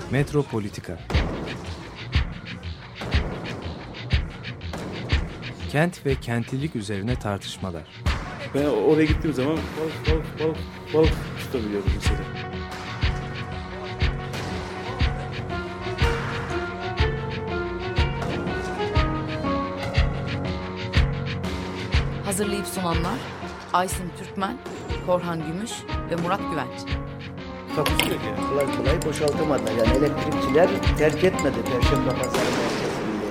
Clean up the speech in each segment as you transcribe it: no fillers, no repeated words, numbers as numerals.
Metropolitika. Kent ve kentlilik üzerine tartışmalar. Ben oraya gittiğim zaman balık tutabiliyordum mesela. Hazırlayıp sunanlar Aysin Türkmen, Korhan Gümüş ve Murat Güvenç. Takusuyor ki. Kolay kolay boşaltamadı. Yani elektrikçiler terk etmedi Perşembe Pazarı merkezinde.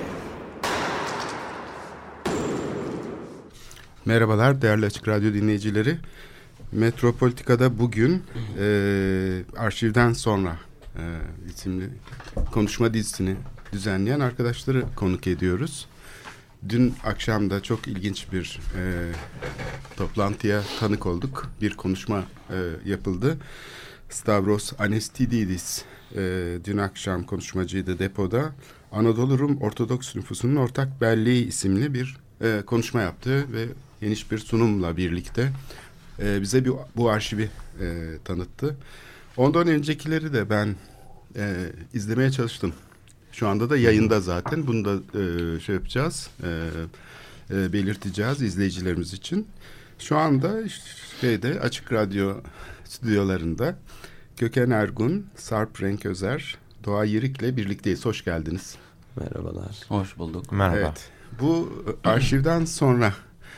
Merhabalar değerli Açık Radyo dinleyicileri. Metropolitika'da bugün arşivden sonra isimli konuşma dizisini düzenleyen arkadaşları konuk ediyoruz. Dün akşam da çok ilginç bir toplantıya tanık olduk. Bir konuşma yapıldı. Stavros Anestididis dün akşam konuşmacıydı depoda. Anadolu Rum Ortodoks nüfusunun ortak belleği isimli bir konuşma yaptı ve geniş bir sunumla birlikte bize bu arşivi tanıttı. Ondan öncekileri de ben izlemeye çalıştım. Şu anda da yayında zaten. Bunu da şey yapacağız, belirteceğiz izleyicilerimiz için. Şu anda Açık Radyo stüdyolarında Gökhan Ergun, Sarp Renközer, Doğa Yirik'le birlikteyiz. Hoş geldiniz. Merhabalar. Hoş bulduk. Merhaba. Evet, bu arşivden sonra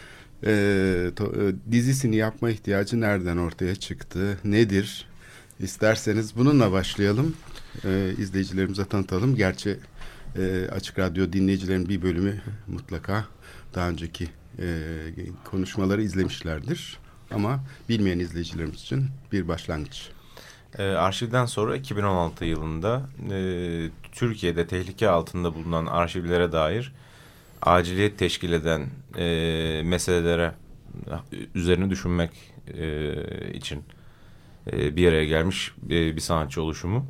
dizisini yapma ihtiyacı nereden ortaya çıktı? Nedir? İsterseniz bununla başlayalım. İzleyicilerimize tanıtalım. Gerçi Açık Radyo dinleyicilerin bir bölümü mutlaka daha önceki konuşmaları izlemişlerdir. Ama bilmeyen izleyicilerimiz için bir başlangıç. Arşivden sonra 2016 yılında Türkiye'de tehlike altında bulunan arşivlere dair aciliyet teşkil eden meselelere üzerine düşünmek için bir araya gelmiş bir sanatçı oluşumu.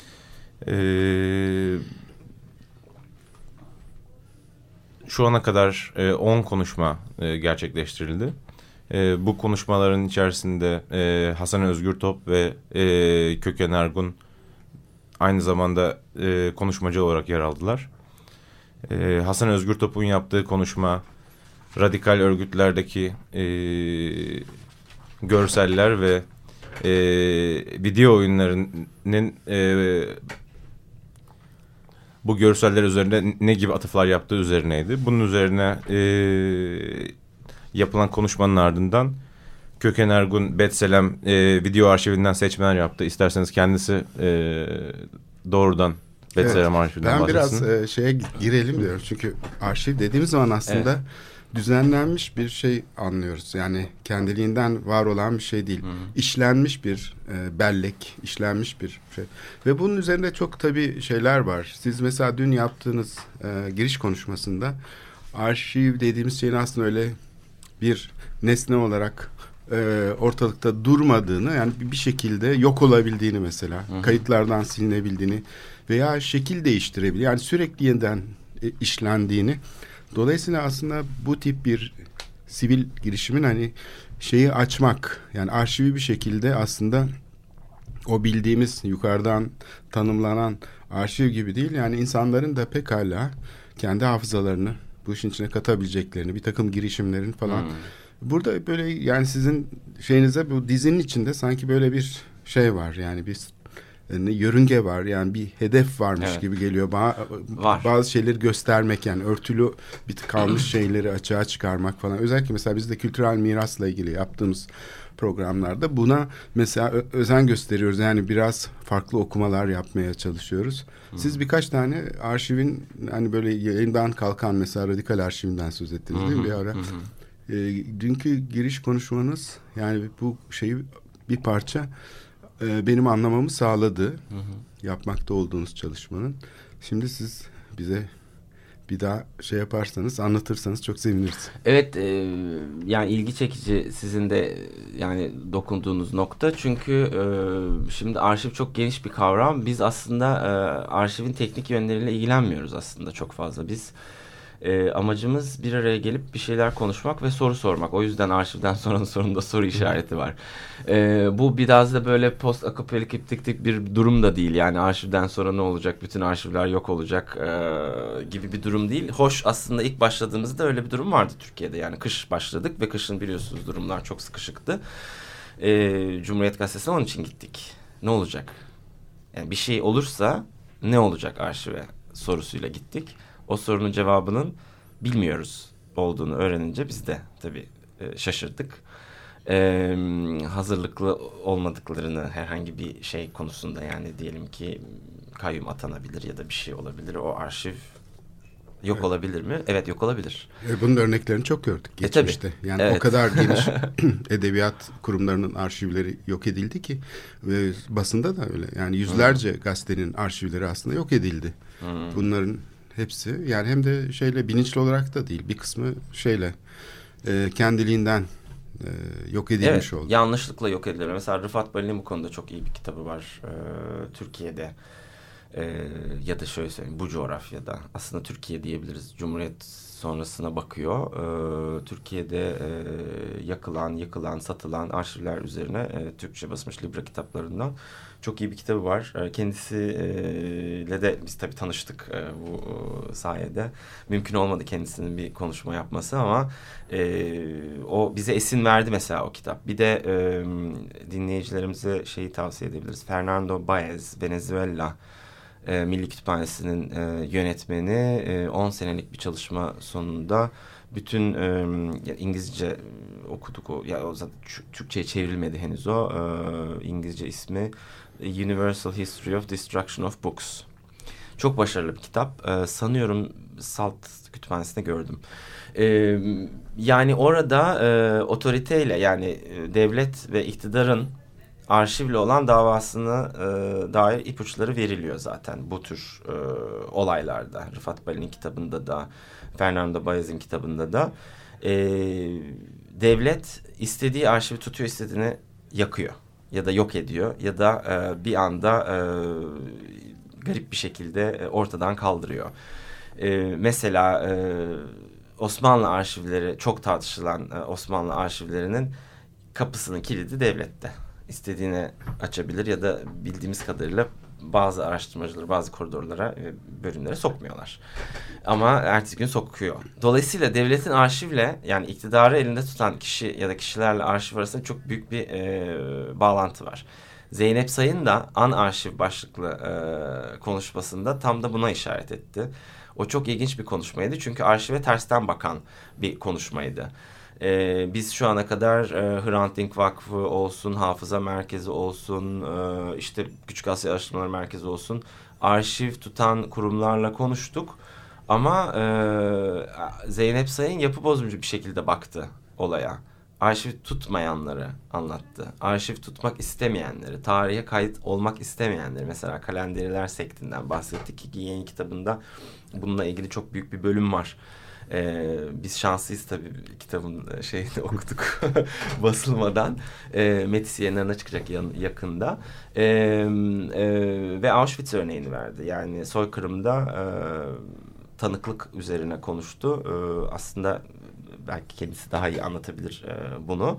Şu ana kadar 10 konuşma gerçekleştirildi. Bu konuşmaların içerisinde Hasan Özgürtop ve Gökhan Ergun aynı zamanda konuşmacı olarak yer aldılar. Hasan Özgürtop'un yaptığı konuşma radikal örgütlerdeki görseller ve video oyunlarının bu görseller üzerinde ne gibi atıflar yaptığı üzerineydi. Bunun üzerine yapılan konuşmanın ardından Gökhan Ergun Betselem video arşivinden seçmeler yaptı. İsterseniz kendisi doğrudan Betselem arşivinden bahsetsin. Ben biraz şeye girelim diyorum. Çünkü arşiv dediğimiz zaman aslında düzenlenmiş bir şey anlıyoruz. Yani kendiliğinden var olan bir şey değil. İşlenmiş bir bellek, işlenmiş bir şey. Ve bunun üzerinde çok tabii şeyler var. Siz mesela dün yaptığınız giriş konuşmasında arşiv dediğimiz şeyin aslında öyle bir nesne olarak ortalıkta durmadığını, yani bir şekilde yok olabildiğini mesela, kayıtlardan silinebildiğini veya şekil değiştirebilir. Yani sürekli yeniden işlendiğini. Dolayısıyla aslında bu tip bir sivil girişimin hani şeyi açmak, yani arşivi bir şekilde aslında o bildiğimiz yukarıdan tanımlanan arşiv gibi değil. Yani insanların da pekala kendi hafızalarını bu işin içine katabileceklerini, bir takım girişimlerin falan. Burada böyle yani sizin şeyinize bu dizinin içinde sanki böyle bir şey var. Yani bir yörünge var, yani bir hedef varmış gibi geliyor. Bazı şeyleri göstermek, yani örtülü bir kalmış şeyleri açığa çıkarmak falan. Özellikle mesela biz de kültürel mirasla ilgili yaptığımız programlarda buna mesela özen gösteriyoruz. Yani biraz farklı okumalar yapmaya çalışıyoruz. Siz birkaç tane arşivin hani böyle yayından kalkan mesela radikal arşivinden söz ettiniz değil mi bir ara? Dünkü giriş konuşmanız yani bu şeyi bir parça benim anlamamı sağladı. Yapmakta olduğunuz çalışmanın. Şimdi siz bize bir daha şey yaparsanız, anlatırsanız çok seviniriz. Evet, yani ilgi çekici sizin de yani dokunduğunuz nokta. Çünkü şimdi arşiv çok geniş bir kavram. Biz aslında arşivin teknik yönleriyle ilgilenmiyoruz aslında çok fazla. Biz Amacımız bir araya gelip bir şeyler konuşmak ve soru sormak. O yüzden arşivden sonranın sonunda soru işareti var. Bu biraz da böyle post apokaliptik bir durum da değil. Yani arşivden sonra ne olacak? Bütün arşivler yok olacak gibi bir durum değil. Hoş, aslında ilk başladığımızda öyle bir durum vardı Türkiye'de. Yani kış başladık ve kışın biliyorsunuz durumlar çok sıkışıktı. Cumhuriyet Gazetesi'ne onun için gittik. Ne olacak? Yani bir şey olursa ne olacak arşive sorusuyla gittik. O sorunun cevabının bilmiyoruz olduğunu öğrenince biz de tabii şaşırdık. Hazırlıklı olmadıklarını herhangi bir şey konusunda, yani diyelim ki kayyum atanabilir ya da bir şey olabilir. O arşiv yok olabilir mi? Evet, yok olabilir. Bunun örneklerini çok gördük geçmişte. Yani o kadar geniş edebiyat kurumlarının arşivleri yok edildi ki basında da öyle. Yani yüzlerce gazetenin arşivleri aslında yok edildi. Bunların hepsi, yani hem de bilinçli olarak da değil, bir kısmı kendiliğinden yok edilmiş oldu. Yanlışlıkla yok edildi. Mesela Rıfat Bali'nin bu konuda çok iyi bir kitabı var Türkiye'de. Ya da şöyle söyleyeyim, bu coğrafyada aslında Türkiye diyebiliriz. Cumhuriyet sonrasına bakıyor. Türkiye'de yakılan, yıkılan, satılan arşivler üzerine Türkçe basmış Libra kitaplarından çok iyi bir kitabı var. Kendisiyle de biz tabii tanıştık bu sayede. Mümkün olmadı kendisinin bir konuşma yapması ama o bize esin verdi mesela o kitap. Bir de dinleyicilerimize şeyi tavsiye edebiliriz. Fernando Baez, Venezuela Milli Kütüphanesi'nin yönetmeni 10 senelik bir çalışma sonunda bütün İngilizce okuduk o, ya o zaten Türkçe'ye çevrilmedi henüz o. İngilizce ismi Universal History of Destruction of Books. Çok başarılı bir kitap. Sanıyorum Salt Kütüphanesi'nde gördüm. Yani orada otoriteyle, yani devlet ve iktidarın arşivle olan davasına dair ipuçları veriliyor zaten bu tür olaylarda. Rıfat Bali'nin kitabında da, Fernando Baez'in kitabında da. Devlet istediği arşivi tutuyor, istediğini yakıyor ya da yok ediyor ya da bir anda garip bir şekilde ortadan kaldırıyor. Mesela Osmanlı arşivleri, çok tartışılan Osmanlı arşivlerinin kapısının kilidi devlette. İstediğini açabilir ya da bildiğimiz kadarıyla bazı araştırmacıları bazı koridorlara, bölümlere sokmuyorlar. Ama ertesi gün sokuyor. Dolayısıyla devletin arşivle, yani iktidarı elinde tutan kişi ya da kişilerle arşiv arasında çok büyük bir bağlantı var. Zeynep Sayın da An Arşiv başlıklı konuşmasında tam da buna işaret etti. O çok ilginç bir konuşmaydı çünkü arşive tersten bakan bir konuşmaydı. Biz şu ana kadar Hrant Dink Vakfı olsun, Hafıza Merkezi olsun, işte Küçük Asya Araştırmaları Merkezi olsun, arşiv tutan kurumlarla konuştuk. Ama Zeynep Sayın yapı bozumcu bir şekilde baktı olaya. Arşiv tutmayanları anlattı. Arşiv tutmak istemeyenleri, tarihe kayıt olmak istemeyenleri. Mesela Kalenderiler Sekti'nden bahsettik ki yeni kitabında bununla ilgili çok büyük bir bölüm var. Biz şanslıyız tabii, kitabın şeyini okuduk basılmadan. Metis yayınlarına çıkacak yakında. Ve Auschwitz örneğini verdi. Yani soykırımda tanıklık üzerine konuştu. Aslında belki kendisi daha iyi anlatabilir bunu.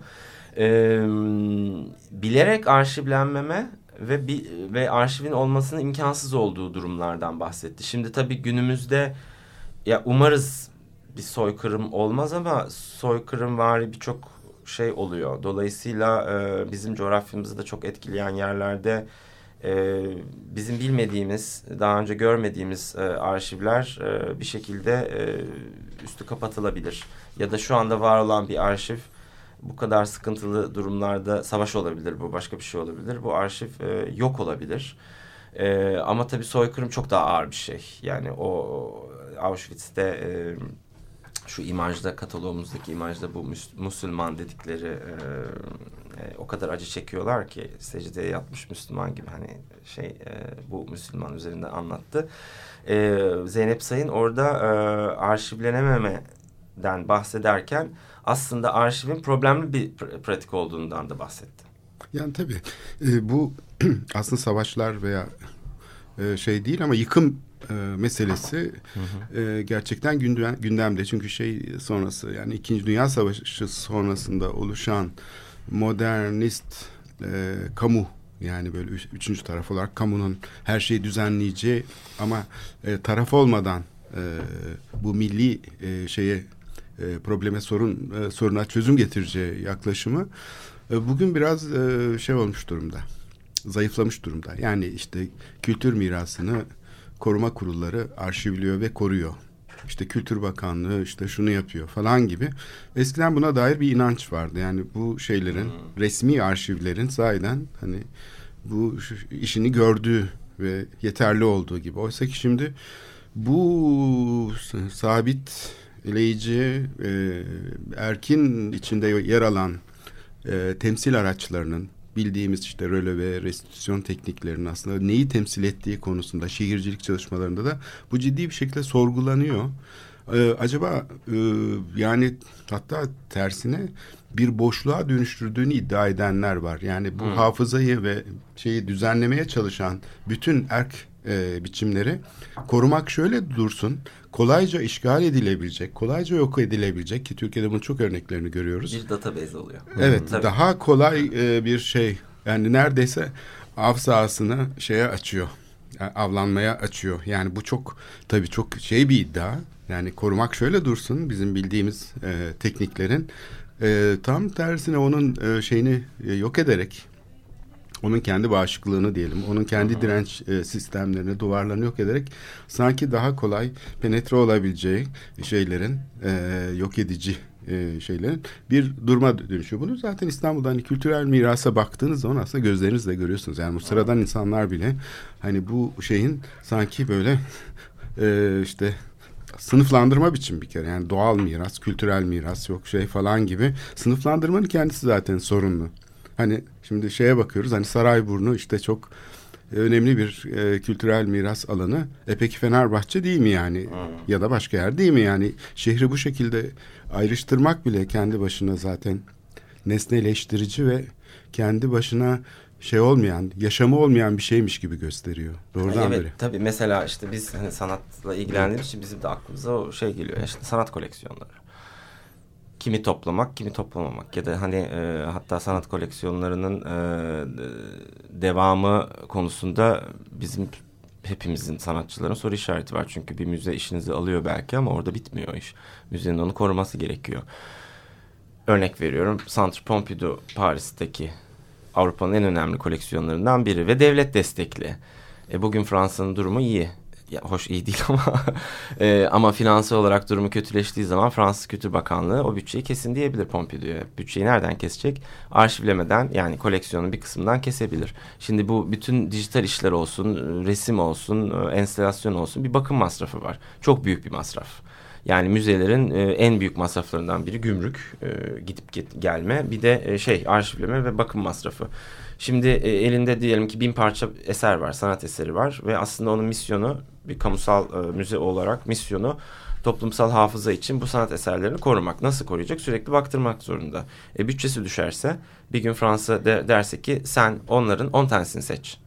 Bilerek arşivlenmeme ve arşivin olmasının imkansız olduğu durumlardan bahsetti. Şimdi tabii günümüzde ya umarız bir soykırım olmaz ama soykırımvari birçok şey oluyor. Dolayısıyla bizim coğrafyamızı da çok etkileyen yerlerde bizim bilmediğimiz, daha önce görmediğimiz arşivler bir şekilde üstü kapatılabilir. Ya da şu anda var olan bir arşiv bu kadar sıkıntılı durumlarda, savaş olabilir, bu başka bir şey olabilir. Bu arşiv yok olabilir. Ama tabii soykırım çok daha ağır bir şey. Yani o Auschwitz'te şu imajda, kataloğumuzdaki imajda bu Müslüman dedikleri o kadar acı çekiyorlar ki secdeye yatmış Müslüman gibi, hani bu Müslüman üzerinden anlattı. Zeynep Sayın orada arşivlenememeden bahsederken aslında arşivin problemli bir pratik olduğundan da bahsetti. Yani tabii bu aslında savaşlar veya değil ama yıkım meselesi gerçekten gündemde. Çünkü sonrası, yani 2. Dünya Savaşı sonrasında oluşan modernist kamu, yani böyle üçüncü taraf olarak kamunun her şeyi düzenleyeceği ama taraf olmadan bu milli probleme soruna çözüm getireceği yaklaşımı bugün biraz olmuş durumda. Zayıflamış durumda. Yani işte kültür mirasını koruma kurulları arşivliyor ve koruyor. İşte Kültür Bakanlığı işte şunu yapıyor falan gibi. Eskiden buna dair bir inanç vardı. Yani bu şeylerin, resmi arşivlerin sahiden hani bu işini gördüğü ve yeterli olduğu gibi. Oysa ki şimdi bu sabitleyici, erkin içinde yer alan temsil araçlarının, bildiğimiz işte röleve, restitüsyon tekniklerinin aslında neyi temsil ettiği konusunda şehircilik çalışmalarında da bu ciddi bir şekilde sorgulanıyor. Acaba yani hatta tersine bir boşluğa dönüştürdüğünü iddia edenler var. Yani bu hafızayı ve düzenlemeye çalışan bütün biçimleri korumak şöyle dursun, kolayca işgal edilebilecek, kolayca yok edilebilecek ki Türkiye'de bunun çok örneklerini görüyoruz. Bir database oluyor. Evet, daha kolay bir yani neredeyse av sahasını açıyor, yani avlanmaya açıyor. Yani bu tabii çok bir iddia. Yani korumak şöyle dursun, bizim bildiğimiz tekniklerin tam tersine onun yok ederek, onun kendi bağışıklığını diyelim, onun kendi direnç sistemlerini, duvarlarını yok ederek sanki daha kolay penetre olabileceği şeylerin, yok edici şeylerin bir duruma dönüşüyor. Bunu zaten İstanbul'da kültürel mirasa baktığınız zaman aslında gözlerinizle görüyorsunuz. Yani bu sıradan insanlar bile hani bu sanki böyle işte sınıflandırma biçim bir kere. Yani doğal miras, kültürel miras falan gibi sınıflandırmanın kendisi zaten sorunlu. Hani şimdi bakıyoruz, hani Sarayburnu işte çok önemli bir kültürel miras alanı. Peki Fenerbahçe değil mi yani? Ya da başka yer değil mi yani? Şehri bu şekilde ayrıştırmak bile kendi başına zaten nesneleştirici ve kendi başına olmayan, yaşamı olmayan bir şeymiş gibi gösteriyor. Doğrudan beri. Tabii mesela işte biz hani sanatla ilgilendiğimiz için bizim de aklımıza o geliyor. İşte sanat koleksiyonları. Kimi toplamak, kimi toplamamak ya da hani hatta sanat koleksiyonlarının devamı konusunda bizim hepimizin, sanatçıların soru işareti var. Çünkü bir müze işinizi alıyor belki ama orada bitmiyor iş. Müzenin onu koruması gerekiyor. Örnek veriyorum, Centre Pompidou Paris'teki Avrupa'nın en önemli koleksiyonlarından biri ve devlet destekli. Bugün Fransa'nın durumu iyi. Ya, hoş iyi değil ama finansal olarak durumu kötüleştiği zaman Fransız Kültür Bakanlığı o bütçeyi kesin diyebilir Pompidou'ya. Bütçeyi nereden kesecek? Arşivlemeden, yani koleksiyonun bir kısmından kesebilir. Şimdi bu bütün dijital işler olsun, resim olsun, enstalasyon olsun bir bakım masrafı var. Çok büyük bir masraf. Yani müzelerin en büyük masraflarından biri gümrük, gidip gelme, bir de arşivleme ve bakım masrafı. Şimdi elinde diyelim ki 1000 parça eser var, sanat eseri var ve aslında onun misyonu, bir kamusal müze olarak misyonu toplumsal hafıza için bu sanat eserlerini korumak. Nasıl koruyacak? Sürekli baktırmak zorunda. Bütçesi düşerse bir gün Fransa derse ki sen onların 10 tanesini seç.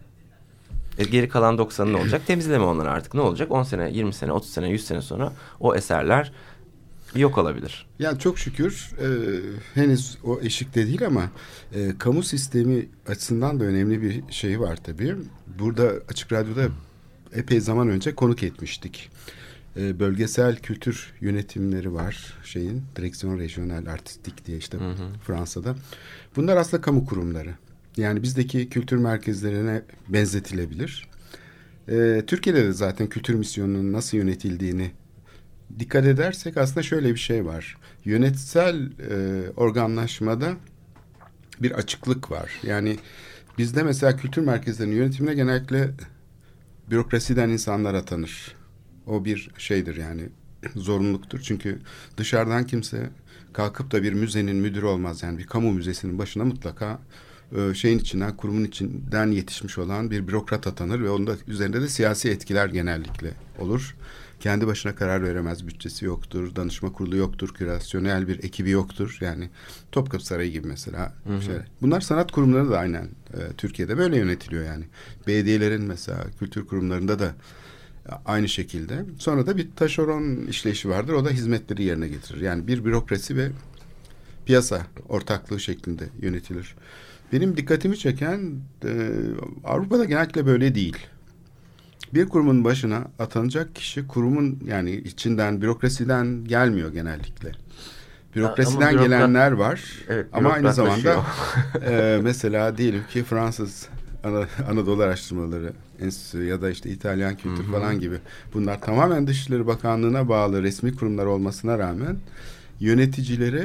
Geri kalan 90'ı ne olacak? Temizleme onları artık. Ne olacak? 10 sene, 20 sene, 30 sene, 100 sene sonra o eserler yok olabilir. Yani çok şükür henüz o eşikte değil ama kamu sistemi açısından da önemli bir şey var tabii. Burada Açık Radyo'da epey zaman önce konuk etmiştik. Bölgesel kültür yönetimleri var Direksiyon Regional Artistik diye Fransa'da. Bunlar aslında kamu kurumları. Yani bizdeki kültür merkezlerine benzetilebilir. Türkiye'de de zaten kültür misyonunun nasıl yönetildiğini dikkat edersek aslında şöyle bir şey var. Yönetsel organlaşmada bir açıklık var. Yani bizde mesela kültür merkezlerinin yönetimine genellikle bürokrasiden insanlar atanır. O bir yani zorunluluktur. Çünkü dışarıdan kimse kalkıp da bir müzenin müdürü olmaz. Yani bir kamu müzesinin başına mutlaka içinden, kurumun içinden yetişmiş olan bir bürokrat atanır ve onun da üzerinde de siyasi etkiler genellikle olur. Kendi başına karar veremez, bütçesi yoktur, danışma kurulu yoktur, kürasyonel bir ekibi yoktur. Yani Topkapı Sarayı gibi mesela. Bunlar sanat kurumları da aynen Türkiye'de böyle yönetiliyor yani. Belediyelerin mesela kültür kurumlarında da Aynı şekilde. Sonra da bir taşeron işleyişi vardır. O da hizmetleri yerine getirir. Yani bir bürokrasi ve piyasa ortaklığı şeklinde yönetilir. Benim dikkatimi çeken Avrupa'da genellikle böyle değil. Bir kurumun başına atanacak kişi kurumun yani içinden, bürokrasiden gelmiyor genellikle. Bürokrasiden gelenler var. Evet, ama aynı zamanda mesela diyelim ki Fransız Anadolu Araştırmaları Enstitüsü ya da işte İtalyan Kültür falan gibi. Bunlar tamamen Dışişleri Bakanlığı'na bağlı resmi kurumlar olmasına rağmen yöneticileri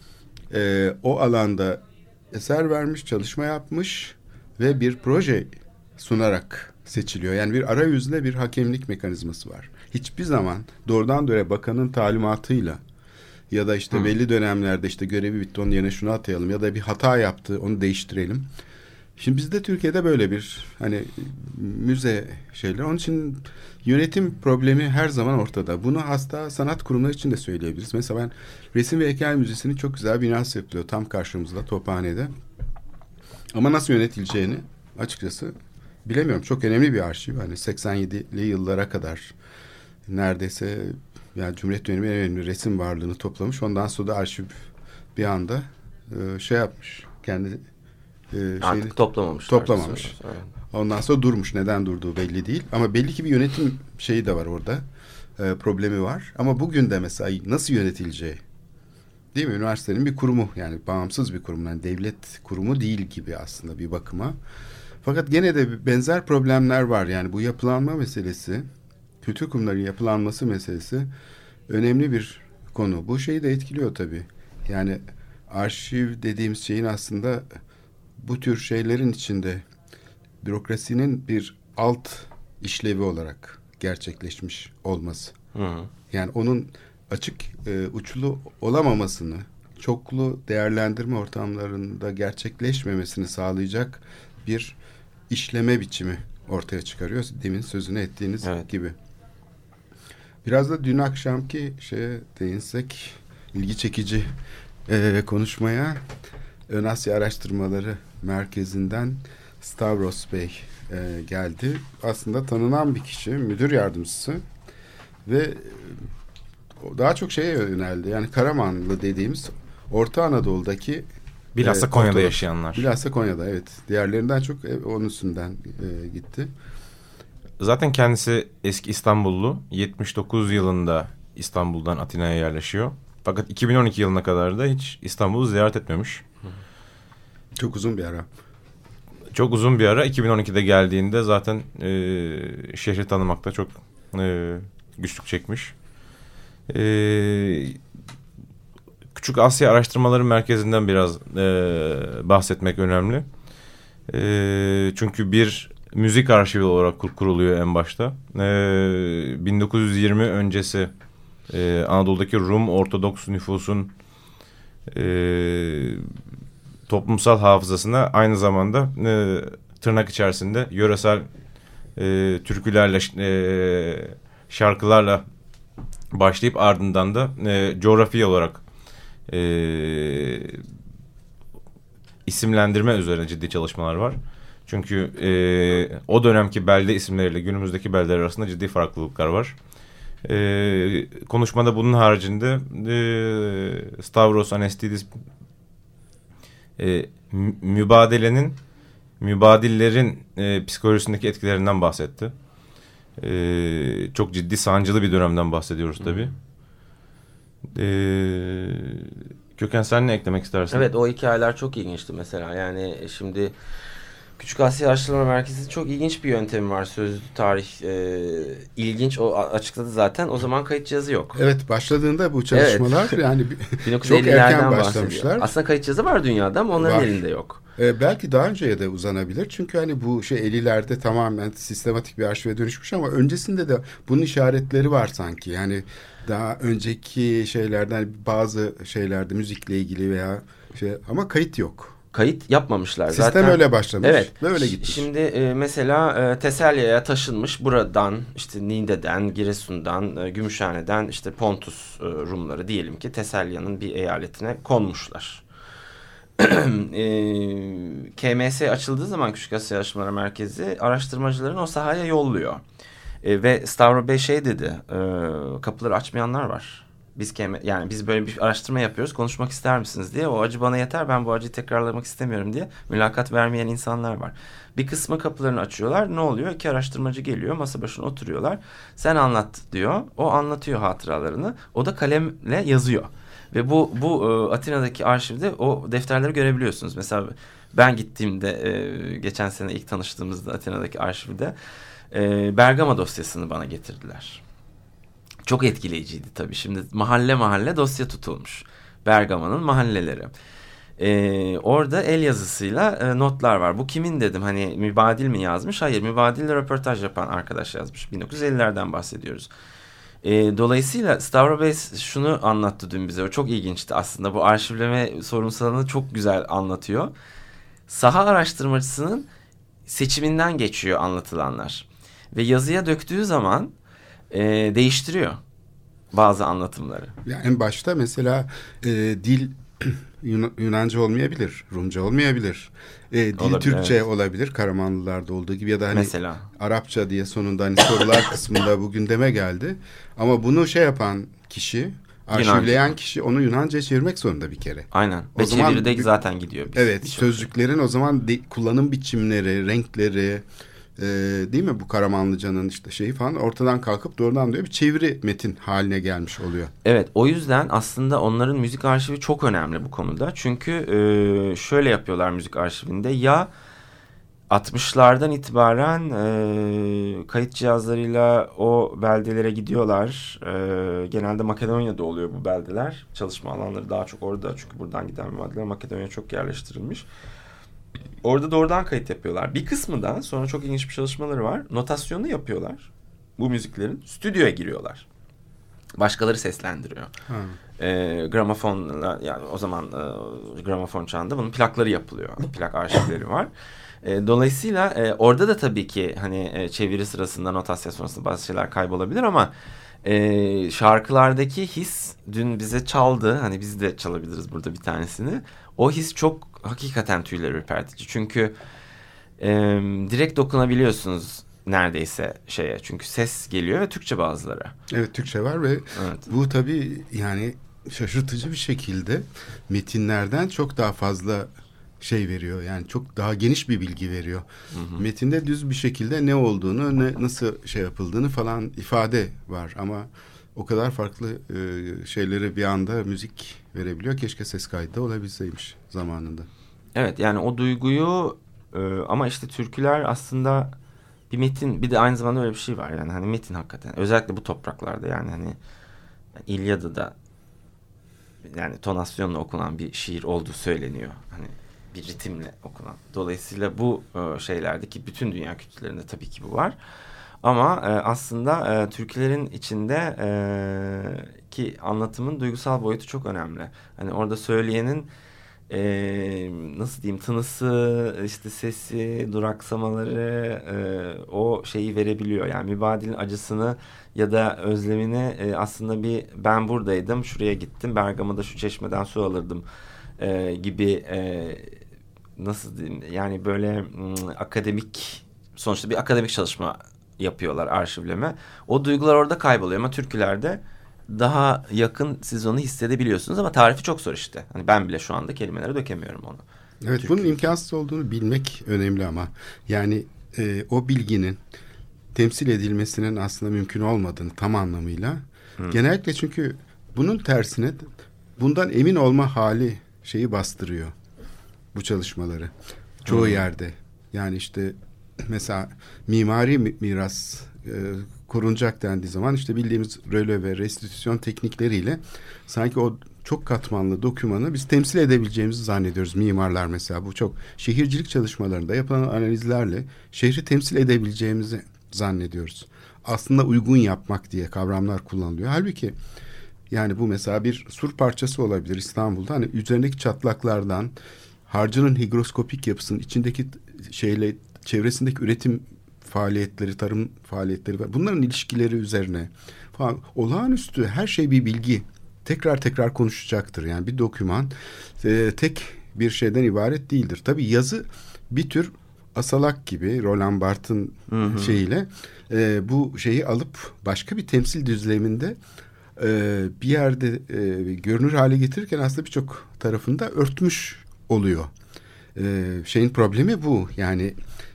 o alanda eser vermiş, çalışma yapmış ve bir proje sunarak seçiliyor. Yani bir arayüzle bir hakemlik mekanizması var. Hiçbir zaman doğrudan doğruya bakanın talimatıyla ya da işte belli dönemlerde işte görevi bitti onun yerine şunu atayalım ya da bir hata yaptı onu değiştirelim. Şimdi bizde Türkiye'de böyle bir hani müze şeyler. Onun için yönetim problemi her zaman ortada. Bunu hasta sanat kurumları için de söyleyebiliriz. Mesela ben Resim ve Heykel Müzesi'nin çok güzel binası yapılıyor. Tam karşımızda Tophane'de. Ama nasıl yönetileceğini açıkçası bilemiyorum. Çok önemli bir arşiv. Hani 87'li yıllara kadar neredeyse yani Cumhuriyet döneminin en önemli resim varlığını toplamış. Ondan sonra da arşiv bir anda şey yapmış. Kendi artık toplamamış. Ondan sonra durmuş. Neden durduğu belli değil. Ama belli ki bir yönetim şeyi de var orada. Problemi var. Ama bugün de mesela nasıl yönetileceği değil mi? Üniversitenin bir kurumu yani bağımsız bir kurum. Yani devlet kurumu değil gibi aslında bir bakıma. Fakat gene de benzer problemler var. Yani bu yapılanma meselesi, kültür kurumlarının yapılanması meselesi önemli bir konu. Bu şeyi de etkiliyor tabii. Yani arşiv dediğimiz şeyin aslında bu tür şeylerin içinde bürokrasinin bir alt işlevi olarak gerçekleşmiş olması. Yani onun açık uçlu olamamasını, çoklu değerlendirme ortamlarında gerçekleşmemesini sağlayacak bir işleme biçimi ortaya çıkarıyor. Demin sözünü ettiğiniz gibi. Biraz da dün akşamki şeye değinsek ilgi çekici konuşmaya Ön Asya Araştırmaları Merkezi'nden Stavros Bey geldi. Aslında tanınan bir kişi, müdür yardımcısı ve daha çok şeye yöneldi. Yani Karamanlı dediğimiz Orta Anadolu'daki bilhassa Konya'da yaşayanlar. Bilhassa Konya'da evet. Diğerlerinden çok onun üstünden gitti. Zaten kendisi eski İstanbullu. 79 yılında İstanbul'dan Atina'ya yerleşiyor. Fakat 2012 yılına kadar da hiç İstanbul'u ziyaret etmemiş. Çok uzun bir ara. Çok uzun bir ara. 2012'de geldiğinde zaten şehri tanımakta çok güçlük çekmiş. Küçük Asya Araştırmaları Merkezi'nden biraz bahsetmek önemli. Çünkü bir müzik arşivi olarak kuruluyor en başta. 1920 öncesi Anadolu'daki Rum Ortodoks nüfusun toplumsal hafızasına aynı zamanda tırnak içerisinde yöresel türkülerle şarkılarla başlayıp ardından da coğrafi olarak isimlendirme üzerine ciddi çalışmalar var. Çünkü o dönemki belde isimleriyle günümüzdeki beldeler arasında ciddi farklılıklar var. Konuşmada bunun haricinde Stavros Anestidis mübadillerin psikolojisindeki etkilerinden bahsetti. Çok ciddi sancılı bir dönemden bahsediyoruz tabii. Köken sen ne eklemek istersin? Evet, o hikayeler çok ilginçti mesela. Yani şimdi Küçük Asya Araştırma Merkezi çok ilginç bir yöntemi var. Sözlü tarih ilginç. O açıkladı zaten. O zaman kayıt cihazı yok. Evet, başladığında bu çalışmalar yani çok erken başlamışlar. Aslında kayıt cihazı var dünyada ama onların elinde yok. Belki daha önceye de uzanabilir. Çünkü hani bu 50'lerde tamamen sistematik bir arşive dönüşmüş ama öncesinde de bunun işaretleri var sanki. Yani daha önceki şeylerden bazı şeylerde müzikle ilgili veya ama kayıt yok. Kayıt yapmamışlar Sistem zaten. Sistem öyle başlamış evet. ve öyle gitmiş. Şimdi mesela Teselya'ya taşınmış, buradan işte Niğde'den, Giresun'dan, Gümüşhane'den işte Pontus Rumları diyelim ki Teselya'nın bir eyaletine konmuşlar. KMS açıldığı zaman Küçük Asya Araştırmaları Merkezi araştırmacıların o sahaya yolluyor. Ve Stavro Bey şey dedi, kapıları açmayanlar var. Yani biz böyle bir araştırma yapıyoruz, konuşmak ister misiniz diye. O acı bana yeter, ben bu acıyı tekrarlamak istemiyorum diye mülakat vermeyen insanlar var. Bir kısmı kapılarını açıyorlar. Ne oluyor? 2 araştırmacı geliyor, masa başına oturuyorlar. Sen anlat diyor. O anlatıyor hatıralarını. O da kalemle yazıyor. Ve bu Atina'daki arşivde o defterleri görebiliyorsunuz. Mesela ben gittiğimde geçen sene ilk tanıştığımızda Atina'daki arşivde Bergama dosyasını bana getirdiler. Çok etkileyiciydi tabii. Şimdi mahalle dosya tutulmuş. Bergama'nın mahalleleri. Orada el yazısıyla notlar var. Bu kimin dedim, hani Mübadil mi yazmış? Hayır, Mübadil'le röportaj yapan arkadaş yazmış. 1950'lerden bahsediyoruz. Dolayısıyla Stavro Bey şunu anlattı dün bize. O çok ilginçti aslında. Bu arşivleme sorunsalını çok güzel anlatıyor. Saha araştırmacısının seçiminden geçiyor anlatılanlar. Ve yazıya döktüğü zaman değiştiriyor bazı anlatımları. Yani en başta mesela dil Yunanca olmayabilir, Rumca olmayabilir. Dil Olabilir, Türkçe evet. olabilir, Karamanlılarda olduğu gibi, ya da hani Mesela. Arapça diye sonunda hani sorular kısmında bu gündeme geldi. Ama bunu yapan kişi, arşivleyen kişi onu Yunanca'ya çevirmek zorunda bir kere. Aynen. O Ve zaman çeviride zaten gidiyor. Evet, sözcüklerin o zaman kullanım biçimleri, renkleri, değil mi, bu Karamanlıcanın işte şeyi falan ortadan kalkıp doğrudan diyor bir çeviri metin haline gelmiş oluyor. Evet, o yüzden aslında onların müzik arşivi çok önemli bu konuda. Çünkü şöyle yapıyorlar müzik arşivinde, ya 60'lardan itibaren kayıt cihazlarıyla o beldelere gidiyorlar. Genelde Makedonya'da oluyor bu beldeler. Çalışma alanları daha çok orada, çünkü buradan giden maddeler Makedonya'ya çok yerleştirilmiş. Orada doğrudan kayıt yapıyorlar. Bir kısmı da sonra çok ilginç bir çalışmaları var. Notasyonu yapıyorlar. Bu müziklerin stüdyoya giriyorlar. Başkaları seslendiriyor. Gramofonla, yani o zaman gramofon çağında bunun plakları yapılıyor. Plak arşivleri var. Dolayısıyla orada da tabii ki hani çeviri sırasında, notasyon sonrasında bazı şeyler kaybolabilir ama şarkılardaki his dün bize çaldı. Hani biz de çalabiliriz burada bir tanesini. O his çok hakikaten tüyleri ürpertici. Çünkü direkt dokunabiliyorsunuz neredeyse şeye. Çünkü ses geliyor ve Türkçe bazıları. Evet, Türkçe var ve evet. Bu tabii yani şaşırtıcı bir şekilde metinlerden çok daha fazla şey veriyor. Yani çok daha geniş bir bilgi veriyor. Hı. Metinde düz bir şekilde ne olduğunu, nasıl şey yapıldığını falan ifade var ama o kadar farklı şeyleri bir anda müzik verebiliyor. Keşke ses kaydı da olabilseymiş zamanında. Evet, yani o duyguyu ama işte türküler aslında bir metin, bir de aynı zamanda öyle bir şey var yani hani metin hakikaten özellikle bu topraklarda, yani hani İlyada'da yani tonasyonla okunan bir şiir olduğu söyleniyor. Hani bir ritimle okunan. Dolayısıyla bu şeylerdeki bütün dünya kültürlerinde tabii ki bu var. Ama aslında türkülerin içinde ki anlatımın duygusal boyutu çok önemli. Hani orada söyleyenin nasıl diyeyim, tınısı, işte sesi, duraksamaları o şeyi verebiliyor. Yani Mübadil'in acısını ya da özlemini aslında bir ben buradaydım, şuraya gittim, Bergama'da şu çeşmeden su alırdım gibi nasıl diyeyim, yani böyle akademik, sonuçta bir akademik çalışma yapıyorlar, arşivleme. O duygular orada kayboluyor ama türkülerde daha yakın, siz onu hissedebiliyorsunuz ama tarifi çok zor işte. Hani ben bile şu anda kelimelere dökemiyorum onu. Evet, bunun imkansız olduğunu bilmek önemli ama yani o bilginin temsil edilmesinin aslında mümkün olmadığını tam anlamıyla. Genellikle çünkü bunun tersine bundan emin olma hali şeyi bastırıyor bu çalışmaları. Çoğu yerde. Yani işte mesela mimari miras korunacak dendiği zaman işte bildiğimiz röle ve restitüsyon teknikleriyle sanki o çok katmanlı dokümanı biz temsil edebileceğimizi zannediyoruz. Mimarlar mesela bu çok şehircilik çalışmalarında yapılan analizlerle şehri temsil edebileceğimizi zannediyoruz. Aslında uygun yapmak diye kavramlar kullanılıyor. Halbuki yani bu mesela bir sur parçası olabilir İstanbul'da. Hani üzerindeki çatlaklardan harcının higroskopik yapısının içindeki şeyle çevresindeki üretim faaliyetleri, tarım faaliyetleri, bunların ilişkileri üzerine falan olağanüstü her şey bir bilgi. Tekrar konuşacaktır. Yani bir doküman tek bir şeyden ibaret değildir. Tabii yazı bir tür Asalak gibi Roland Barthes'in şeyiyle bu şeyi alıp başka bir temsil düzleminde bir yerde görünür hale getirirken aslında birçok tarafında örtmüş oluyor. Şeyin problemi bu. Yani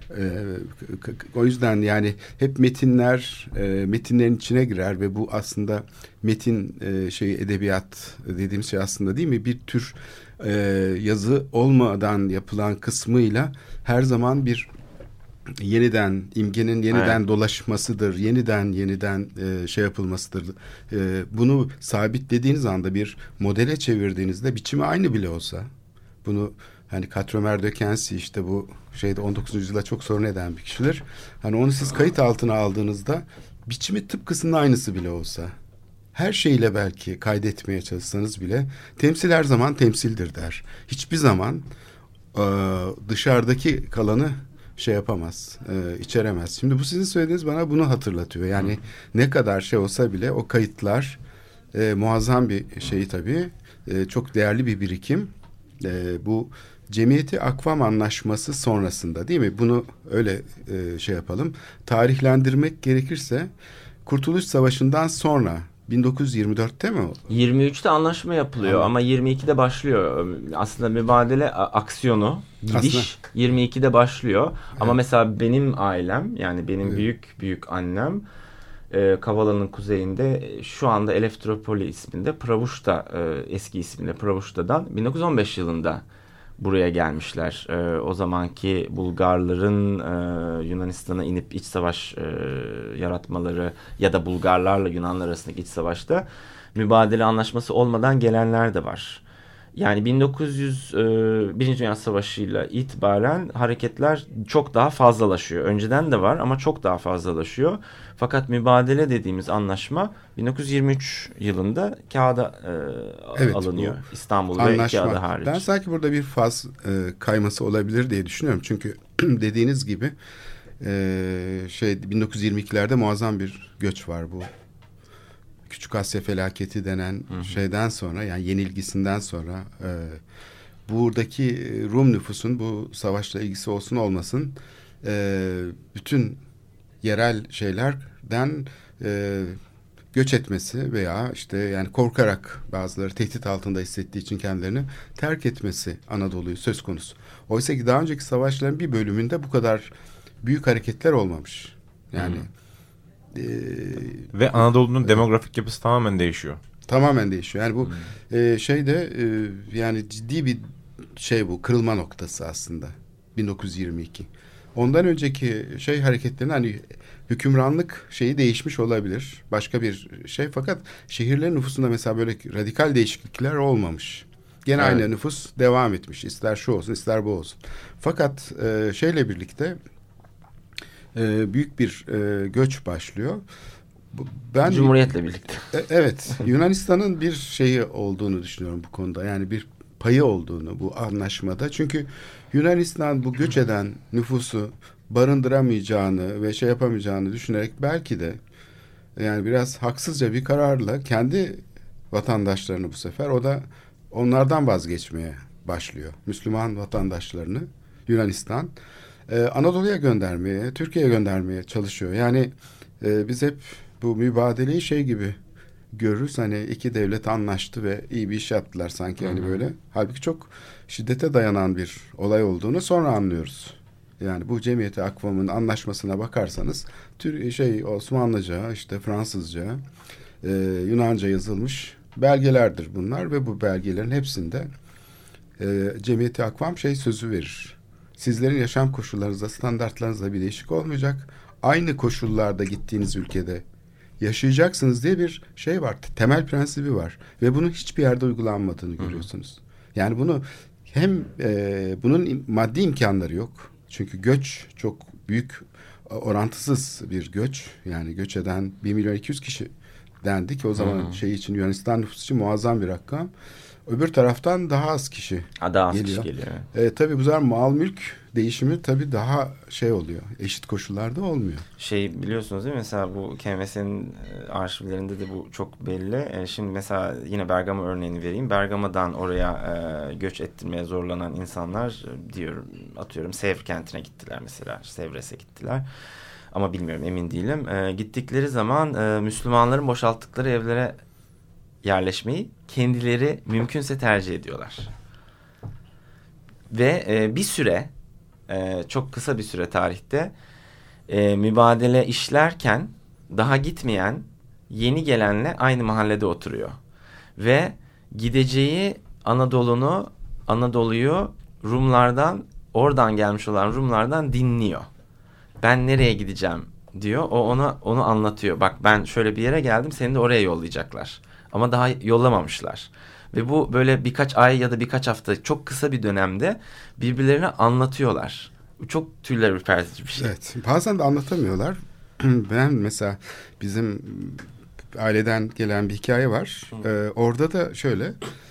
o yüzden yani hep metinlerin içine girer ve bu aslında metin edebiyat dediğimiz şey aslında değil mi? Bir tür yazı olmadan yapılan kısmıyla her zaman bir yeniden imgenin yeniden dolaşmasıdır. Yeniden şey yapılmasıdır. Bunu sabitlediğiniz anda bir modele çevirdiğinizde biçimi aynı bile olsa bunu hani Quatremer de Quincy işte bu 19. yüzyılda çok sorun eden bir kişidir. Hani onu siz kayıt altına aldığınızda biçimi tıpkısının aynısı bile olsa her şeyle belki kaydetmeye çalışsanız bile temsil her zaman temsildir der. Hiçbir zaman dışarıdaki kalanı şey yapamaz, içeremez. Şimdi bu sizin söylediğiniz bana bunu hatırlatıyor. Yani ne kadar şey olsa bile o kayıtlar muazzam bir şey tabii. Çok değerli bir birikim. Bu Cemiyeti Akvam Anlaşması sonrasında değil mi? Bunu öyle şey yapalım. Tarihlendirmek gerekirse Kurtuluş Savaşı'ndan sonra 1924'te mi o? 23'te anlaşma yapılıyor ama 22'de başlıyor. Aslında mübadele aksiyonu, gidiş 22'de başlıyor. Evet. Ama mesela benim ailem yani benim büyük annem Kavala'nın kuzeyinde şu anda Eleftropoli isminde Pravuşta eski isminde Pravuşta'dan 1915 yılında buraya gelmişler. O zamanki Bulgarların Yunanistan'a inip iç savaş yaratmaları ya da Bulgarlarla Yunanlar arasındaki iç savaşta mübadele anlaşması olmadan gelenler de var. Yani 1. Dünya Savaşı'yla itibaren hareketler çok daha fazlalaşıyor. Önceden de var ama çok daha fazlalaşıyor. Fakat mübadele dediğimiz anlaşma 1923 yılında kağıda alınıyor. İstanbul ve iki ada hariç. Ben sanki burada bir faz kayması olabilir diye düşünüyorum. Çünkü dediğiniz gibi 1922'lerde muazzam bir göç var bu. Küçük Asya felaketi denen şeyden sonra yani yenilgisinden sonra buradaki Rum nüfusun bu savaşla ilgisi olsun olmasın bütün yerel şeylerden göç etmesi veya işte yani korkarak bazıları tehdit altında hissettiği için kendilerini terk etmesi Anadolu'yu söz konusu. Oysa ki daha önceki savaşların bir bölümünde bu kadar büyük hareketler olmamış. Yani ve Anadolu'nun demografik yapısı tamamen değişiyor. Tamamen değişiyor. Yani bu yani ciddi bir şey bu kırılma noktası aslında 1922. Ondan önceki hareketlerin hani hükümranlık şeyi değişmiş olabilir. Başka bir şey fakat şehirlerin nüfusunda mesela böyle radikal değişiklikler olmamış. Gene aynı nüfus devam etmiş. İster şu olsun ister bu olsun. Fakat şeyle birlikte büyük bir göç başlıyor. Cumhuriyetle birlikte. Evet. Yunanistan'ın bir şeyi olduğunu düşünüyorum bu konuda. Yani bir payı olduğunu bu anlaşmada. Çünkü Yunanistan bu göç eden nüfusu barındıramayacağını ve şey yapamayacağını düşünerek belki de yani biraz haksızca bir kararla kendi vatandaşlarını bu sefer o da onlardan vazgeçmeye başlıyor. Müslüman vatandaşlarını Yunanistan Anadolu'ya göndermeye, Türkiye'ye göndermeye çalışıyor. Yani biz hep bu mübadeleyi şey gibi görürüz. Hani iki devlet anlaştı ve iyi bir iş yaptılar sanki hani böyle. Halbuki çok şiddete dayanan bir olay olduğunu sonra anlıyoruz. Yani bu Cemiyeti Akvam'ın anlaşmasına bakarsanız Osmanlıca, işte Fransızca, Yunanca yazılmış belgelerdir bunlar ve bu belgelerin hepsinde Cemiyeti Akvam sözü verir. Sizlerin yaşam koşullarınızda, standartlarınızda bir değişik olmayacak. Aynı koşullarda gittiğiniz ülkede yaşayacaksınız diye bir şey var. Temel prensibi var. Ve bunun hiçbir yerde uygulanmadığını görüyorsunuz. Yani bunu hem bunun maddi imkanları yok. Çünkü göç çok büyük, orantısız bir göç. Yani göç eden 1.200.000 kişi dendi ki o zaman için Yunanistan nüfusu için muazzam bir rakam. Öbür taraftan daha az kişi Daha az geliyor. kişi geliyor. Tabii bu sefer mal mülk değişimi tabii daha şey oluyor. Eşit koşullarda olmuyor. Biliyorsunuz değil mi? Mesela bu KMS'nin arşivlerinde de bu çok belli. Şimdi mesela yine Bergama örneğini vereyim. Bergama'dan oraya göç ettirmeye zorlanan insanlar atıyorum Sevr kentine gittiler mesela. Sevres'e gittiler. Ama bilmiyorum, emin değilim. Gittikleri zaman Müslümanların boşalttıkları evlere yerleşmeyi kendileri mümkünse tercih ediyorlar. Ve bir süre, çok kısa bir süre tarihte mübadele işlerken daha gitmeyen yeni gelenle aynı mahallede oturuyor. Ve gideceği Anadolu'yu oradan gelmiş olan Rumlardan dinliyor. Ben nereye gideceğim diyor. O onu anlatıyor. Bak, ben şöyle bir yere geldim, seni de oraya yollayacaklar. Ama daha yollamamışlar. Ve bu böyle birkaç ay ya da birkaç hafta, çok kısa bir dönemde birbirlerine anlatıyorlar. Bu çok tüyler ürpertici bir şey. Evet, bazen de anlatamıyorlar. Ben mesela bizim aileden gelen bir hikaye var. Orada da şöyle,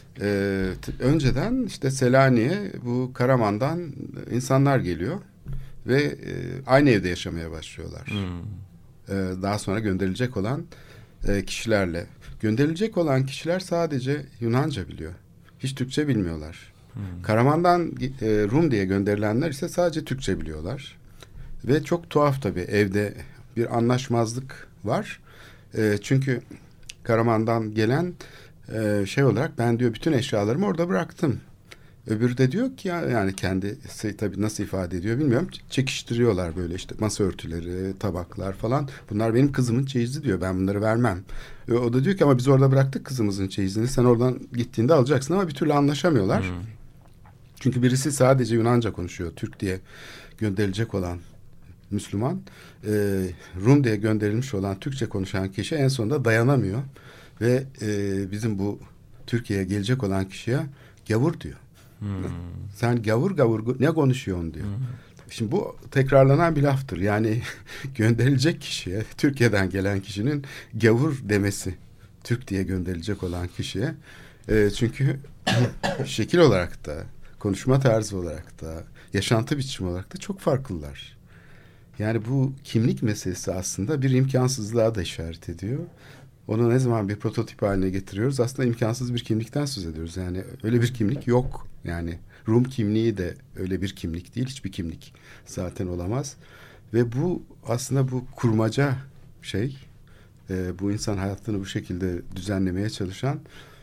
önceden işte Selanik'e bu Karaman'dan insanlar geliyor ve aynı evde yaşamaya başlıyorlar. Daha sonra gönderilecek olan kişilerle. Gönderilecek olan kişiler sadece Yunanca biliyor. Hiç Türkçe bilmiyorlar. Karaman'dan Rum diye gönderilenler ise sadece Türkçe biliyorlar. Ve çok tuhaf tabii, evde bir anlaşmazlık var. Çünkü Karaman'dan gelen şey olarak ben diyor bütün eşyalarımı orada bıraktım. Öbürü de diyor ki yani kendisi tabii nasıl ifade ediyor bilmiyorum. Çekiştiriyorlar böyle, işte masa örtüleri, tabaklar falan. Bunlar benim kızımın çeyizi diyor. Ben bunları vermem. O da diyor ki ama biz orada bıraktık kızımızın çeyizini. Sen oradan gittiğinde alacaksın, ama bir türlü anlaşamıyorlar. Çünkü birisi sadece Yunanca konuşuyor. Türk diye gönderilecek olan Müslüman. Rum diye gönderilmiş olan Türkçe konuşan kişi en sonunda dayanamıyor. Ve bizim bu Türkiye'ye gelecek olan kişiye gavur diyor. Sen gavur ne konuşuyorsun diyor. Şimdi bu tekrarlanan bir laftır. Yani gönderilecek kişiye, Türkiye'den gelen kişinin gavur demesi, Türk diye gönderilecek olan kişiye. Çünkü şekil olarak da, konuşma tarzı olarak da, yaşantı biçimi olarak da çok farklılar. Yani bu kimlik meselesi aslında bir imkansızlığa da işaret ediyor. Onu ne zaman bir prototip haline getiriyoruz, aslında imkansız bir kimlikten söz ediyoruz. Yani öyle bir kimlik yok. Yani Rum kimliği de öyle bir kimlik değil. Hiçbir kimlik zaten olamaz. Ve bu aslında bu kurmaca şey, bu insan hayatını bu şekilde düzenlemeye çalışan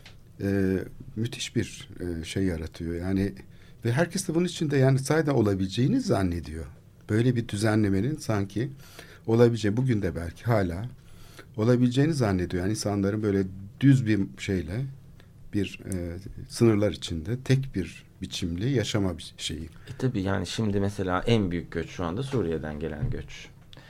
müthiş bir şey yaratıyor. Yani ve herkes de bunun içinde yani sahiden olabileceğini zannediyor. Böyle bir düzenlemenin sanki olabileceği, bugün de belki hala olabileceğini zannediyor. Yani insanların böyle düz bir şeyle, bir sınırlar içinde tek bir biçimli yaşama bir şeyi. Tabii yani şimdi mesela en büyük göç şu anda Suriye'den gelen göç.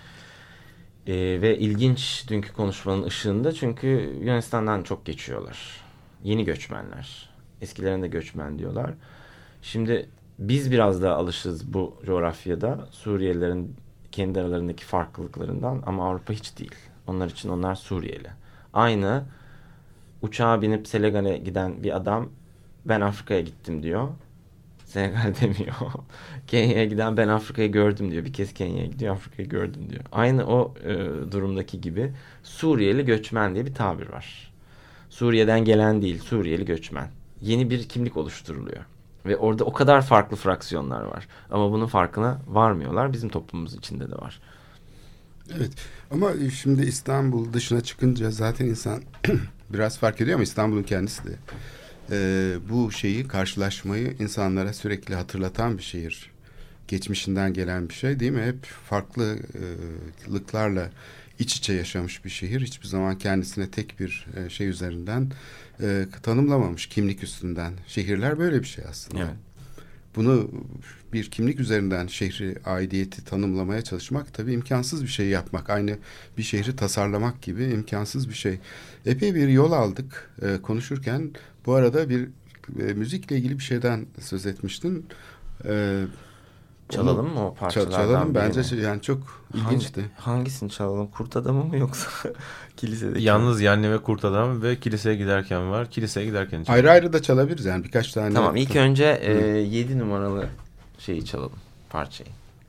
Ve ilginç dünkü konuşmanın ışığında, çünkü Yunanistan'dan çok geçiyorlar. Yeni göçmenler. Eskilerinde göçmen diyorlar. Şimdi biz biraz daha alışız bu coğrafyada Suriyelilerin kendi aralarındaki farklılıklarından, ama Avrupa hiç değil. Onlar için onlar Suriyeli. Aynı uçağa binip Senegal'e giden bir adam ben Afrika'ya gittim diyor. Senegal demiyor. Kenya'ya giden ben Afrika'yı gördüm diyor. Bir kez Kenya'ya gidiyor, Afrika'yı gördüm diyor. Aynı o durumdaki gibi Suriyeli göçmen diye bir tabir var. Suriye'den gelen değil, Suriyeli göçmen. Yeni bir kimlik oluşturuluyor. Ve orada o kadar farklı fraksiyonlar var. Ama bunun farkına varmıyorlar. Bizim toplumumuz içinde de var. Evet, ama şimdi İstanbul dışına çıkınca zaten insan biraz fark ediyor, ama İstanbul'un kendisi de bu şeyi, karşılaşmayı insanlara sürekli hatırlatan bir şehir. Geçmişinden gelen bir şey değil mi? Hep farklılıklarla iç içe yaşamış bir şehir. Hiçbir zaman kendisine tek bir şey üzerinden tanımlamamış, kimlik üstünden. Şehirler böyle bir şey aslında. Evet. Bunu bir kimlik üzerinden şehri, aidiyeti tanımlamaya çalışmak tabii imkansız bir şey yapmak. Aynı bir şehri tasarlamak gibi imkansız bir şey. Epey bir yol aldık konuşurken. Bu arada bir müzikle ilgili bir şeyden söz etmiştin. Çalalım mı o parçalardan Çalalım birini? bence yani çok ilginçti. Hangisini çalalım? Kurt Adamı mı yoksa kilisedeki? Yalnız Yanni ve Kurt Adam ve kiliseye giderken var. Kiliseye giderken Ayrı ayrı da çalabiliriz yani birkaç tane. Tamam, ilk önce 7 numaralı şeyi çalalım, parçayı.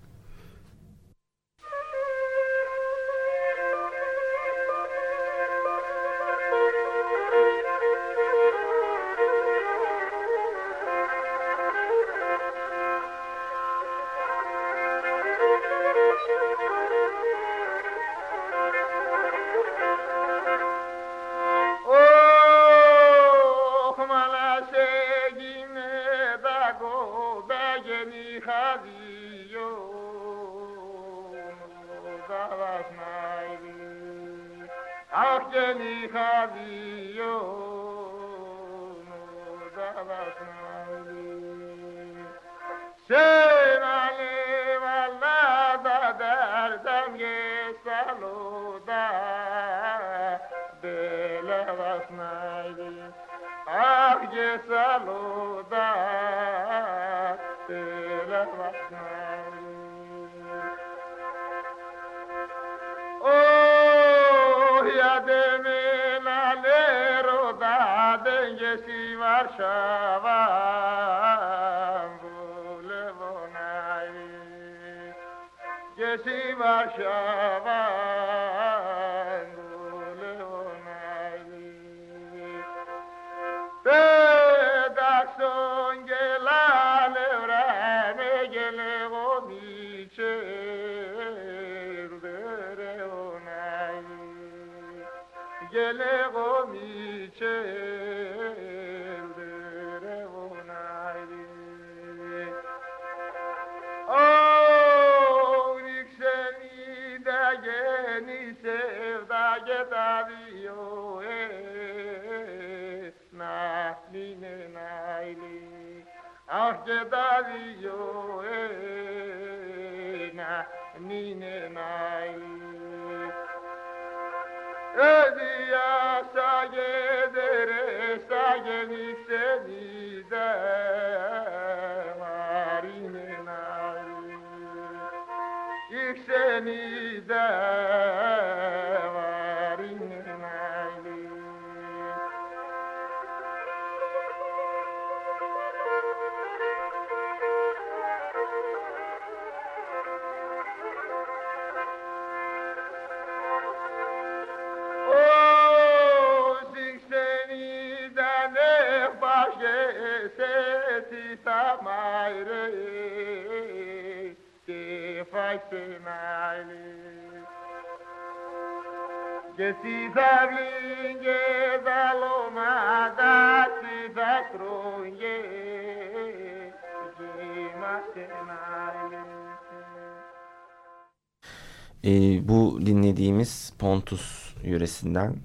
Bu dinlediğimiz Pontus yöresinden,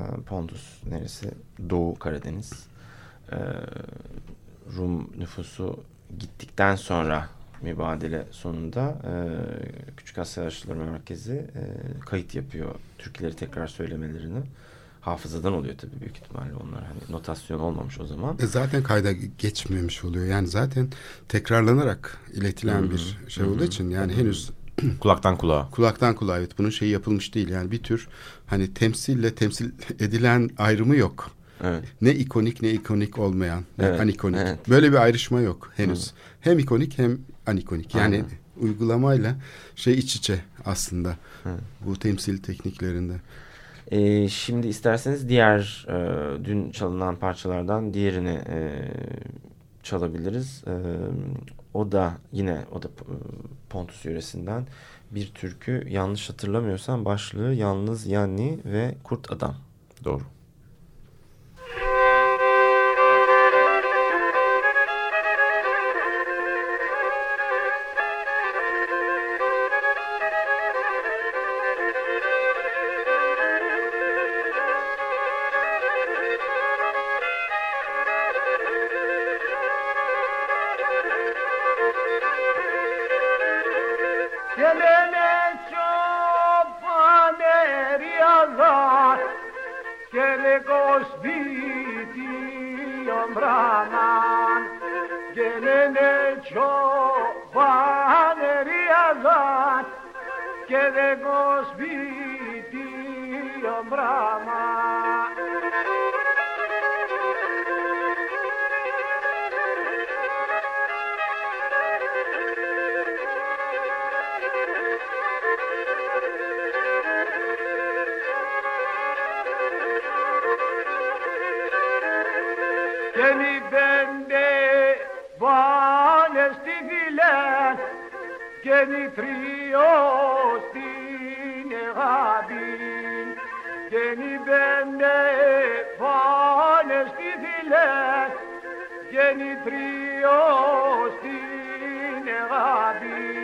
Pontus neresi? Doğu Karadeniz. Rum nüfusu gittikten sonra mübadele sonunda Küçük Asya Araştırmaları Merkezi kayıt yapıyor türküleri tekrar söylemelerini. Hafızadan oluyor tabii büyük ihtimalle onlar. Hani notasyon olmamış o zaman. Zaten kayda geçmemiş oluyor. Yani zaten tekrarlanarak iletilen bir şey olduğu için yani henüz kulaktan kulağa. Kulaktan kulağa, evet, bunun şeyi yapılmış değil. Yani bir tür hani temsille temsil edilen ayrımı yok. Evet. Ne ikonik ne ikonik olmayan, ne evet, anikonik. Evet. Böyle bir ayrışma yok henüz. Hem ikonik hem anikonik. Yani aynen, uygulamayla şey iç içe aslında bu temsil tekniklerinde. Şimdi isterseniz diğer dün çalınan parçalardan diğerini çalabiliriz. O da Pontus yöresinden bir türkü. Yanlış hatırlamıyorsam başlığı Yalnız Yanni ve Kurt Adam. Doğru. Gelene çoban Geni bende vanesti filen, geni trios dine rabin. Geni bende vanesti filen, geni trios dine rabin.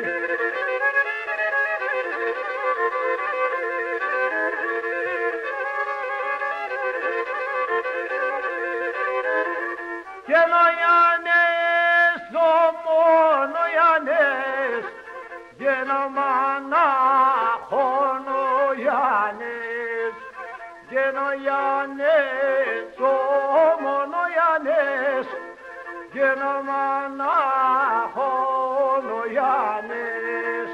Genoyanes, Somonoyanes, Genomana, Honoyanes, Genoyanes, Somonoyanes, Genomana, Honoyanes.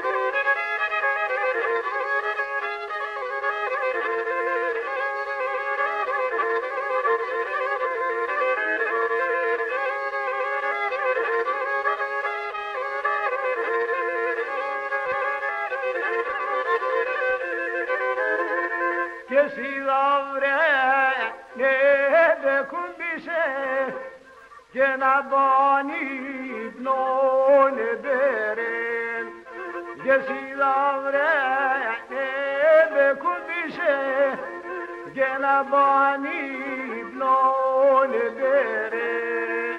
Que si abre ne de kumbise que na bani no ne beren que si abre ne de kumbise que na bani no ne beren.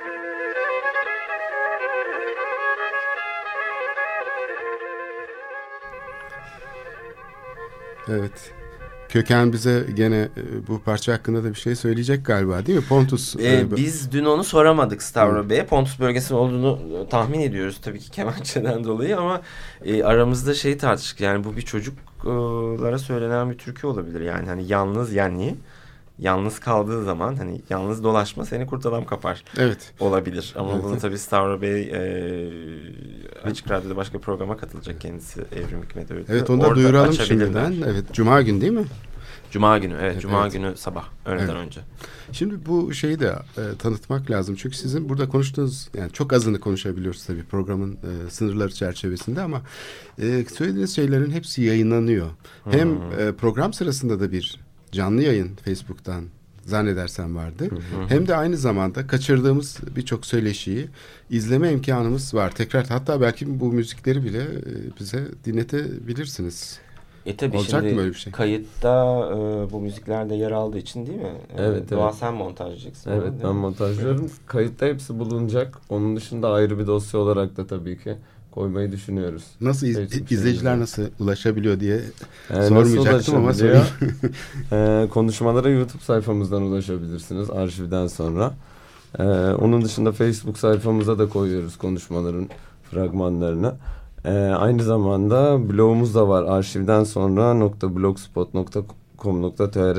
Evet. Köken bize gene bu parça hakkında da bir şey söyleyecek galiba, değil mi? Pontus. Biz dün onu soramadık Stavro Bey'e. Pontus bölgesinin olduğunu tahmin ediyoruz tabii ki kemençeden dolayı ama aramızda şeyi tartıştık. Yani bu bir çocuklara söylenen bir türkü olabilir. Yani hani yalnız yani yalnız kaldığı zaman hani yalnız dolaşma seni kurt adam kapar. Evet. Olabilir. Ama evet. bunu tabii Stavro Bey Açık Radyo'da başka bir programa katılacak kendisi Evrim Hikmet Öğütü. Evet, onu da duyuralım şimdiden. Evet, Cuma günü değil mi? Cuma günü, evet. Cuma günü sabah, öğleden önce. Şimdi bu şeyi de tanıtmak lazım. Çünkü sizin burada konuştuğunuz, yani çok azını konuşabiliyoruz tabii programın sınırları çerçevesinde ama söylediğiniz şeylerin hepsi yayınlanıyor. Hem program sırasında da bir canlı yayın Facebook'tan zannedersem vardı. Hem de aynı zamanda kaçırdığımız birçok söyleşiyi izleme imkanımız var. Tekrar, hatta belki bu müzikleri bile bize dinletebilirsiniz. Tabii olacak şimdi mı böyle bir şey? Kayıtta bu müzikler de yer aldığı için değil mi? Evet. Doğa sen montajlayacaksın. Evet, ben montajlıyorum. Kayıtta hepsi bulunacak. Onun dışında ayrı bir dosya olarak da tabii ki koymayı düşünüyoruz. Nasıl izleyiciler nasıl ulaşabiliyor diye sormayacaktım ama sorayım. Konuşmalara YouTube sayfamızdan ulaşabilirsiniz arşivden sonra. Onun dışında Facebook sayfamıza da koyuyoruz konuşmaların fragmanlarını. Aynı zamanda blogumuz da var, arşivden sonra .blogspot.com.tr.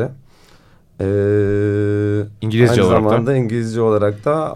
İngilizce aynı olarak zamanda da. İngilizce olarak da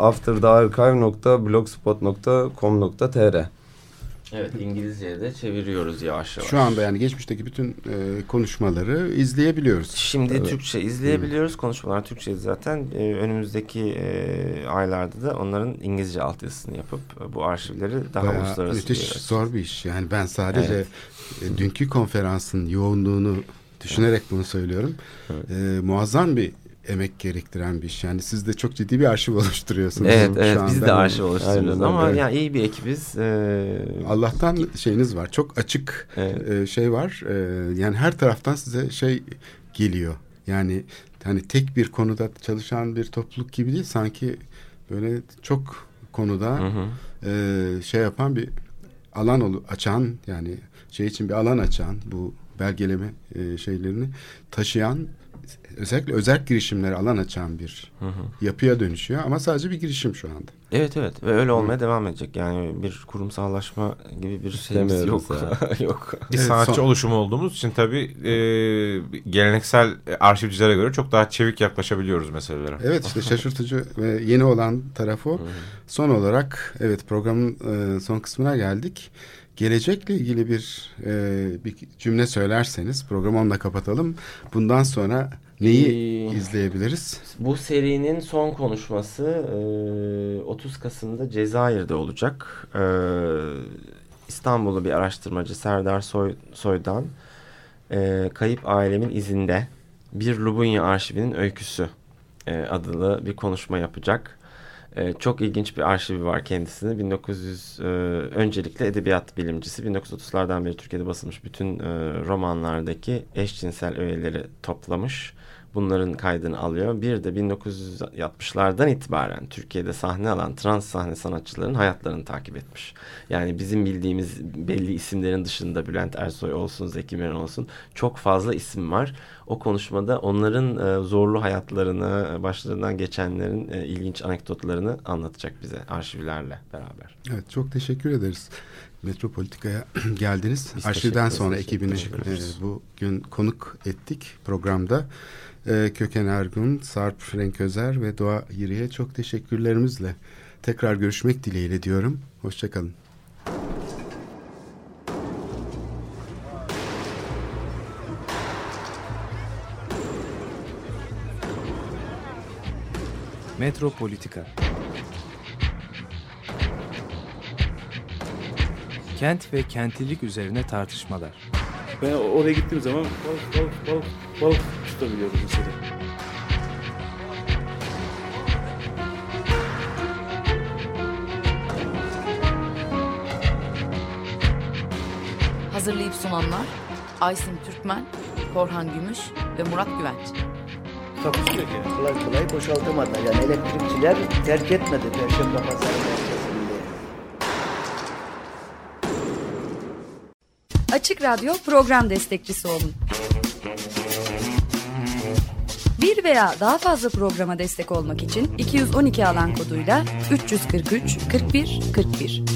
afterthearchive.blogspot.com.tr. Evet, İngilizce'ye de çeviriyoruz yavaş yavaş. Şu anda yani geçmişteki bütün konuşmaları izleyebiliyoruz. Şimdi Türkçe izleyebiliyoruz. Konuşmalar Türkçe zaten. Önümüzdeki aylarda da onların İngilizce altyazısını yapıp bu arşivleri daha uluslararası müthiş zor bir iş. Yani ben sadece dünkü konferansın yoğunluğunu düşünerek bunu söylüyorum. Muazzam bir emek gerektiren bir iş. Yani siz de çok ciddi bir arşiv oluşturuyorsunuz. Evet, biz de arşiv oluşturuyoruz ama evet. yani iyi bir ekibiz. Allah'tan şeyiniz var. Çok açık şey var. Yani her taraftan size şey geliyor. Yani hani tek bir konuda çalışan bir topluluk gibi değil. Sanki böyle çok konuda şey yapan bir alan açan, yani şey için bir alan açan, bu belgeleme şeylerini taşıyan, özellikle özel girişimlere alan açan bir yapıya dönüşüyor ama sadece bir girişim şu anda. Evet ve öyle olmaya devam edecek. Yani bir kurumsallaşma gibi bir şeyimiz yok. Yok. Bir sanatçı oluşumu olduğumuz için tabii geleneksel arşivcilere göre çok daha çevik yaklaşabiliyoruz meselelere. Evet, işte şaşırtıcı ve yeni olan tarafı o. Son olarak evet, programın son kısmına geldik. Gelecekle ilgili bir cümle söylerseniz programı onunla kapatalım. Bundan sonra neyi izleyebiliriz? Bu serinin son konuşması 30 Kasım'da Cezayir'de olacak. İstanbul'lu bir araştırmacı Serdar Soydan Kayıp Ailemin İzinde Bir Lubunya Arşivinin Öyküsü adlı bir konuşma yapacak. Çok ilginç bir arşivi var kendisinin. Öncelikle edebiyat bilimcisi. 1930'lardan beri Türkiye'de basılmış bütün romanlardaki eşcinsel öğeleri toplamış. Bunların kaydını alıyor. Bir de 1960'lardan itibaren Türkiye'de sahne alan trans sahne sanatçıların hayatlarını takip etmiş. Yani bizim bildiğimiz belli isimlerin dışında Bülent Ersoy olsun, Zeki Müren olsun çok fazla isim var. O konuşmada onların zorlu hayatlarını, başlarından geçenlerin ilginç anekdotlarını anlatacak bize arşivlerle beraber. Evet, çok teşekkür ederiz. Metropolitika'ya geldiniz. Biz Arşivden sonra ekibini bugün konuk ettik programda. Köken Ergun, Sarp Renközer ve Doğa Yiri'ye çok teşekkürlerimizle tekrar görüşmek dileğiyle diyorum. Hoşçakalın. Metropolitika. Kent ve kentlilik üzerine tartışmalar. Ben oraya gittiğim zaman balık tutabiliyordum mesela. Hazırlayıp sunanlar Aysin Türkmen, Korhan Gümüş ve Murat Güvenç. Takusuyor ki. Kolay kolay boşaltamadı. Yani elektrikçiler terk etmedi Perşembe Pazarı merkezinde. Açık Radyo program destekçisi olun. Bir veya daha fazla programa destek olmak için 212 alan koduyla 343 41 41.